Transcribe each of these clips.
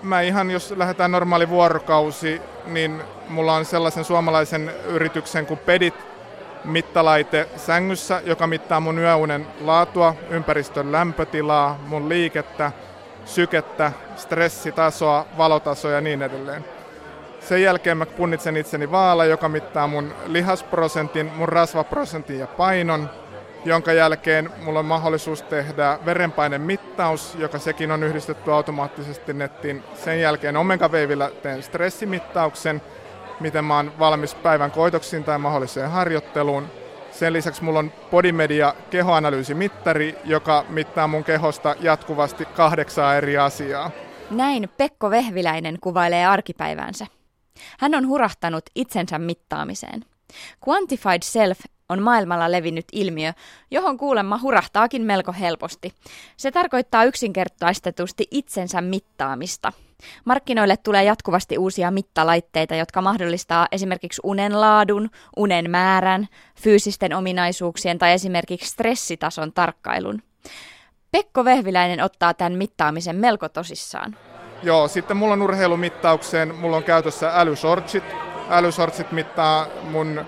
mä ihan, jos lähdetään normaali vuorokausi, niin mulla on sellaisen suomalaisen yrityksen kuin Pedit mittalaite sängyssä, joka mittaa mun yöunen laatua, ympäristön lämpötilaa, mun liikettä, sykettä, stressitasoa, valotasoa ja niin edelleen. Sen jälkeen mä punnitsen itseni vaala, joka mittaa mun lihasprosentin, mun rasvaprosentin ja painon, jonka jälkeen mulla on mahdollisuus tehdä verenpainemittaus, joka sekin on yhdistetty automaattisesti nettiin. Sen jälkeen Omega-Wavella teen stressimittauksen, miten mä oon valmis päivän koitoksiin tai mahdolliseen harjoitteluun. Sen lisäksi mulla on Bodymedia kehoanalyysimittari, joka mittaa mun kehosta jatkuvasti 8 eri asiaa. Näin Pekko Vehviläinen kuvailee arkipäiväänsä. Hän on hurahtanut itsensä mittaamiseen. Quantified Self on maailmalla levinnyt ilmiö, johon kuulemma hurahtaakin melko helposti. Se tarkoittaa yksinkertaistetusti itsensä mittaamista. Markkinoille tulee jatkuvasti uusia mittalaitteita, jotka mahdollistaa esimerkiksi unen laadun, unen määrän, fyysisten ominaisuuksien tai esimerkiksi stressitason tarkkailun. Pekko Vehviläinen ottaa tämän mittaamisen melko tosissaan. Joo, sitten mulla on urheilumittaukseen, mulla on käytössä älysortsit. Älysortsit mittaa mun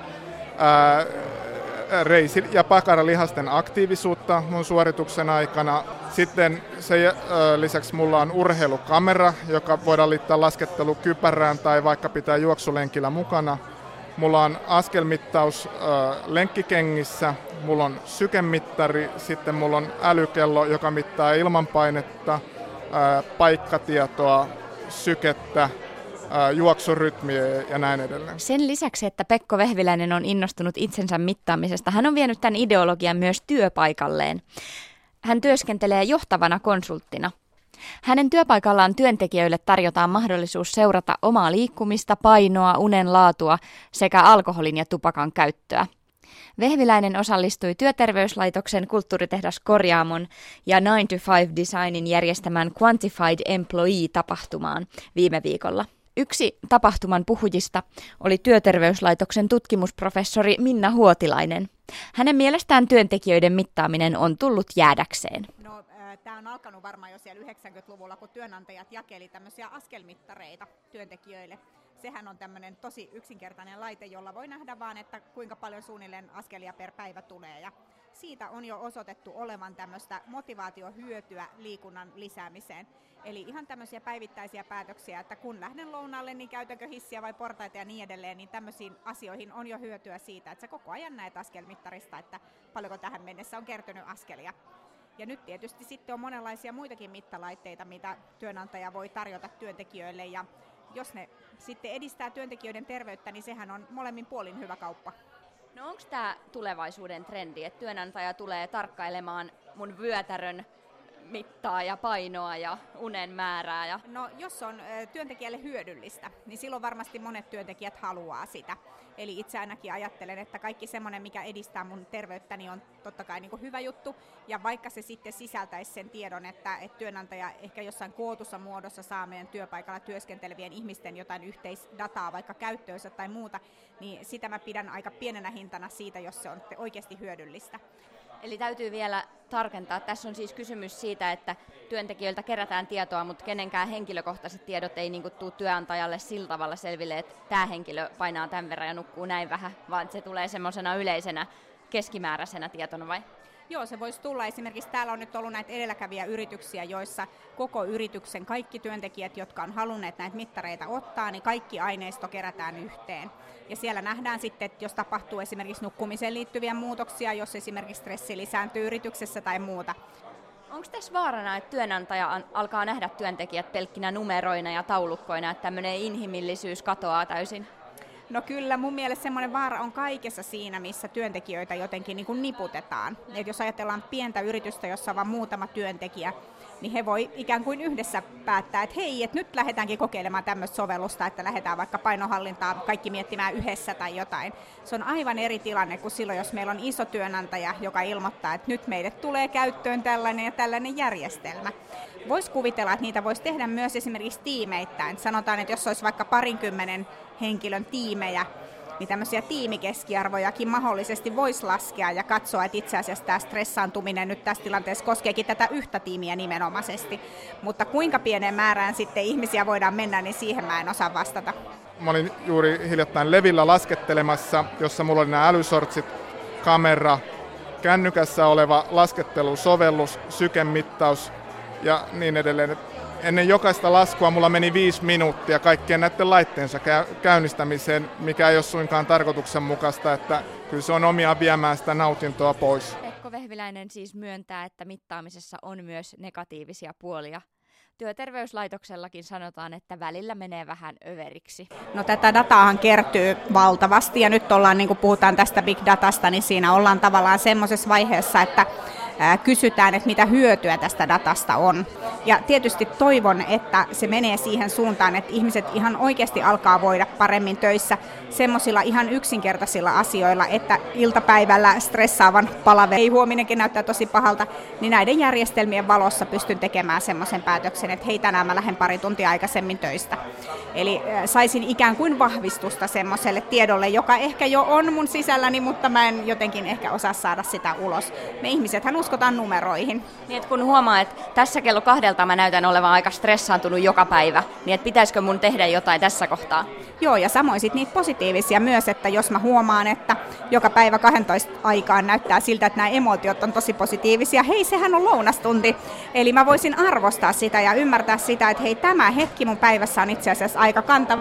reisi- ja pakaralihasten aktiivisuutta mun suorituksen aikana. Sitten sen lisäksi mulla on urheilukamera, joka voidaan liittää laskettelukypärään tai vaikka pitää juoksulenkillä mukana. Mulla on askelmittaus lenkkikengissä, mulla on sykemittari, sitten mulla on älykello, joka mittaa ilmanpainetta, paikkatietoa, sykettä, juoksurytmiä ja näin edelleen. Sen lisäksi, että Pekko Vehviläinen on innostunut itsensä mittaamisesta, hän on vienyt tämän ideologian myös työpaikalleen. Hän työskentelee johtavana konsulttina. Hänen työpaikallaan työntekijöille tarjotaan mahdollisuus seurata omaa liikkumista, painoa, unen laatua sekä alkoholin ja tupakan käyttöä. Vehviläinen osallistui Työterveyslaitoksen kulttuuritehdas Korjaamon ja 9-to-5 Designin järjestämään Quantified Employee-tapahtumaan viime viikolla. Yksi tapahtuman puhujista oli Työterveyslaitoksen tutkimusprofessori Minna Huotilainen. Hänen mielestään työntekijöiden mittaaminen on tullut jäädäkseen. Tämä on alkanut varmaan jo siellä 90-luvulla, kun työnantajat jakeli tämmöisiä askelmittareita työntekijöille. Sehän on tämmöinen tosi yksinkertainen laite, jolla voi nähdä vaan, että kuinka paljon suunnilleen askelia per päivä tulee. Ja siitä on jo osoitettu olevan tämmöistä motivaatiohyötyä liikunnan lisäämiseen. Eli ihan tämmöisiä päivittäisiä päätöksiä, että kun lähden lounaalle, niin käytänkö hissiä vai portaita ja niin edelleen, niin tämmöisiin asioihin on jo hyötyä siitä, että sä koko ajan näet askelmittarista, että paljonko tähän mennessä on kertynyt askelia. Ja nyt tietysti sitten on monenlaisia muitakin mittalaitteita, mitä työnantaja voi tarjota työntekijöille, ja jos ne sitten edistää työntekijöiden terveyttä, niin sehän on molemmin puolin hyvä kauppa. No onko tämä tulevaisuuden trendi, että työnantaja tulee tarkkailemaan mun vyötärön mittaa ja painoa ja unen määrää? No jos on työntekijälle hyödyllistä, niin silloin varmasti monet työntekijät haluaa sitä. Eli itse ainakin ajattelen, että kaikki semmoinen, mikä edistää mun terveyttäni, on totta kai niin kuin hyvä juttu. Ja vaikka se sitten sisältäisi sen tiedon, että työnantaja ehkä jossain kootussa muodossa saa meidän työpaikalla työskentelevien ihmisten jotain yhteisdataa vaikka käyttöönsä tai muuta, niin sitä mä pidän aika pienenä hintana siitä, jos se on oikeasti hyödyllistä. Eli täytyy vielä tarkentaa. Tässä on siis kysymys siitä, että työntekijöiltä kerätään tietoa, mutta kenenkään henkilökohtaiset tiedot ei tule työnantajalle sillä tavalla selville, että tämä henkilö painaa tämän verran ja nukkuu näin vähän, vaan se tulee semmoisena yleisenä keskimääräisenä tietona vai? Joo, se voisi tulla. Esimerkiksi täällä on nyt ollut näitä edelläkävijäyrityksiä, joissa koko yrityksen kaikki työntekijät, jotka on halunneet näitä mittareita ottaa, niin kaikki aineisto kerätään yhteen. Ja siellä nähdään sitten, että jos tapahtuu esimerkiksi nukkumiseen liittyviä muutoksia, jos esimerkiksi stressi lisääntyy yrityksessä tai muuta. Onko tässä vaarana, että työnantaja alkaa nähdä työntekijät pelkkinä numeroina ja taulukkoina, että tämmöinen inhimillisyys katoaa täysin? No kyllä, mun mielestä semmoinen vaara on kaikessa siinä, missä työntekijöitä jotenkin niin kuin niputetaan. Et jos ajatellaan pientä yritystä, jossa on vain muutama työntekijä, niin he voi ikään kuin yhdessä päättää, että hei, että nyt lähdetäänkin kokeilemaan tämmöistä sovellusta, että lähdetään vaikka painohallintaa kaikki miettimään yhdessä tai jotain. Se on aivan eri tilanne kuin silloin, jos meillä on iso työnantaja, joka ilmoittaa, että nyt meille tulee käyttöön tällainen ja tällainen järjestelmä. Voisi kuvitella, että niitä voisi tehdä myös esimerkiksi tiimeittäin. Sanotaan, että jos olisi vaikka 20 henkilön tiimejä, niin tämmöisiä tiimikeskiarvojakin mahdollisesti voisi laskea ja katsoa, että itse asiassa tämä stressaantuminen nyt tässä tilanteessa koskeekin tätä yhtä tiimiä nimenomaisesti. Mutta kuinka pieneen määrään sitten ihmisiä voidaan mennä, niin siihen mä en osaa vastata. Mä olin juuri hiljattain Levillä laskettelemassa, jossa mulla oli nämä älysortsit, kamera, kännykässä oleva laskettelusovellus, sykemittaus ja niin edelleen. Ennen jokaista laskua mulla meni 5 minuuttia kaikkien näiden laitteensa käynnistämiseen, mikä ei ole suinkaan tarkoituksenmukaista, että kyllä se on omiaan viemään sitä nautintoa pois. Pekko Vehviläinen siis myöntää, että mittaamisessa on myös negatiivisia puolia. Työterveyslaitoksellakin sanotaan, että välillä menee vähän överiksi. No tätä dataahan kertyy valtavasti ja nyt ollaan, niin kuin puhutaan tästä big datasta, niin siinä ollaan tavallaan semmoisessa vaiheessa, että kysytään, että mitä hyötyä tästä datasta on. Ja tietysti toivon, että se menee siihen suuntaan, että ihmiset ihan oikeasti alkaa voida paremmin töissä semmoisilla ihan yksinkertaisilla asioilla, että iltapäivällä stressaavan palaverin huominenkin näyttää tosi pahalta, niin näiden järjestelmien valossa pystyn tekemään semmoisen päätöksen, että hei, tänään mä lähden pari tuntia aikaisemmin töistä. Eli saisin ikään kuin vahvistusta semmoiselle tiedolle, joka ehkä jo on mun sisälläni, mutta mä en jotenkin ehkä osaa saada sitä ulos. Me ihmisethän uskotaan numeroihin. Niin, että kun huomaa, että tässä kello 2 mä näytän olevan aika stressaantunut joka päivä, niin että pitäisikö mun tehdä jotain tässä kohtaa? Joo, ja samoin sit niitä positiivisia myös, että jos mä huomaan, että joka päivä 12 aikaan näyttää siltä, että nämä emootiot on tosi positiivisia, hei, sehän on lounastunti. Eli mä voisin arvostaa sitä ja ymmärtää sitä, että hei, tämä hetki mun päivässä on itse asiassa aika kantava.